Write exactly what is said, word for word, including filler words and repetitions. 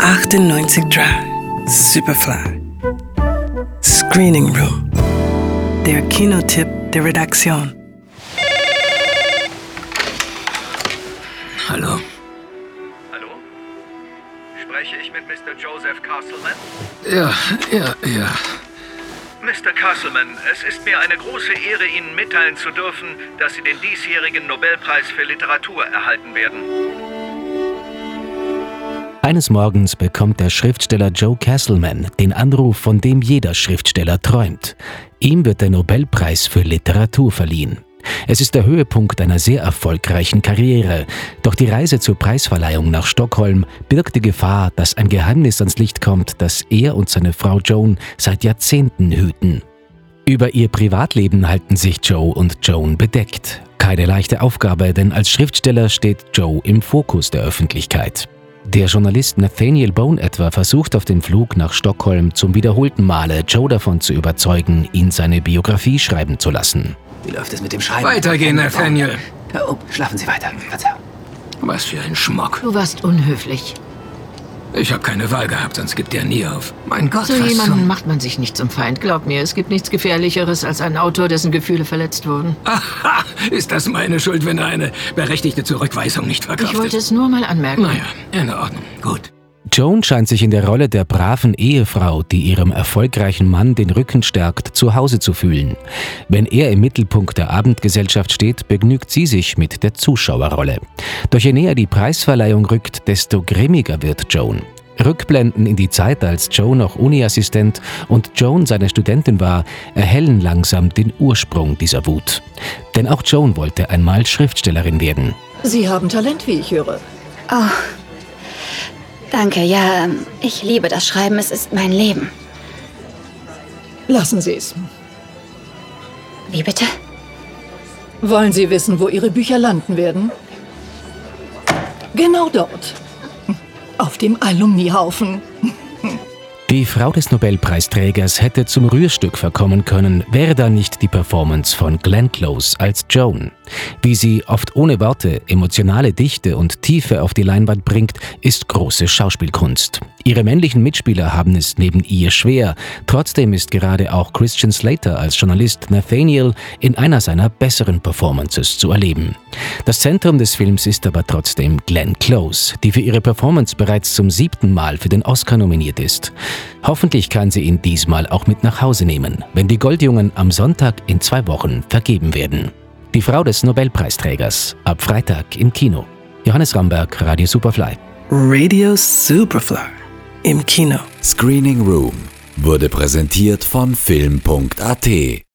achtundneunzig Komma drei Superfly. Screening Room. Der Kinotipp der Redaktion. Hallo? Hallo? Spreche ich mit Mister Joseph Castleman? Ja, ja, ja. Mister Castleman, es ist mir eine große Ehre, Ihnen mitteilen zu dürfen, dass Sie den diesjährigen Nobelpreis für Literatur erhalten werden. Eines Morgens bekommt der Schriftsteller Joe Castleman den Anruf, von dem jeder Schriftsteller träumt. Ihm wird der Nobelpreis für Literatur verliehen. Es ist der Höhepunkt einer sehr erfolgreichen Karriere. Doch die Reise zur Preisverleihung nach Stockholm birgt die Gefahr, dass ein Geheimnis ans Licht kommt, das er und seine Frau Joan seit Jahrzehnten hüten. Über ihr Privatleben halten sich Joe und Joan bedeckt. Keine leichte Aufgabe, denn als Schriftsteller steht Joe im Fokus der Öffentlichkeit. Der Journalist Nathaniel Bone etwa versucht auf dem Flug nach Stockholm zum wiederholten Male Joe davon zu überzeugen, ihn seine Biografie schreiben zu lassen. Wie läuft es mit dem Schreiben? Weitergehen, Nathaniel. Oh, schlafen Sie weiter. Verzeihung. Was für ein Schmuck. Du warst unhöflich. Ich habe keine Wahl gehabt, sonst gibt er nie auf. Mein Gott, So was jemanden zum... macht man sich nicht zum Feind. Glaub mir, es gibt nichts Gefährlicheres als ein Autor, dessen Gefühle verletzt wurden. Aha, ist das meine Schuld, wenn er eine berechtigte Zurückweisung nicht verkraftet? Ich wollte es nur mal anmerken. Naja, in Ordnung. Gut. Joan scheint sich in der Rolle der braven Ehefrau, die ihrem erfolgreichen Mann den Rücken stärkt, zu Hause zu fühlen. Wenn er im Mittelpunkt der Abendgesellschaft steht, begnügt sie sich mit der Zuschauerrolle. Doch je näher die Preisverleihung rückt, desto grimmiger wird Joan. Rückblenden in die Zeit, als Joe noch Uniassistent und Joan seine Studentin war, erhellen langsam den Ursprung dieser Wut. Denn auch Joan wollte einmal Schriftstellerin werden. Sie haben Talent, wie ich höre. Oh, danke. Ja, ich liebe das Schreiben. Es ist mein Leben. Lassen Sie es. Wie bitte? Wollen Sie wissen, wo Ihre Bücher landen werden? Genau dort. Auf dem Alumnihaufen. Die Frau des Nobelpreisträgers hätte zum Rührstück verkommen können, wäre da nicht die Performance von Glenn Close als Joan. Wie sie oft ohne Worte emotionale Dichte und Tiefe auf die Leinwand bringt, ist große Schauspielkunst. Ihre männlichen Mitspieler haben es neben ihr schwer. Trotzdem ist gerade auch Christian Slater als Journalist Nathaniel in einer seiner besseren Performances zu erleben. Das Zentrum des Films ist aber trotzdem Glenn Close, die für ihre Performance bereits zum siebten Mal für den Oscar nominiert ist. Hoffentlich kann sie ihn diesmal auch mit nach Hause nehmen, wenn die Goldjungen am Sonntag in zwei Wochen vergeben werden. Die Frau des Nobelpreisträgers, ab Freitag im Kino. Johannes Ramberg, Radio Superfly. Radio Superfly. Im Kino. Screening Room wurde präsentiert von Film punkt A T.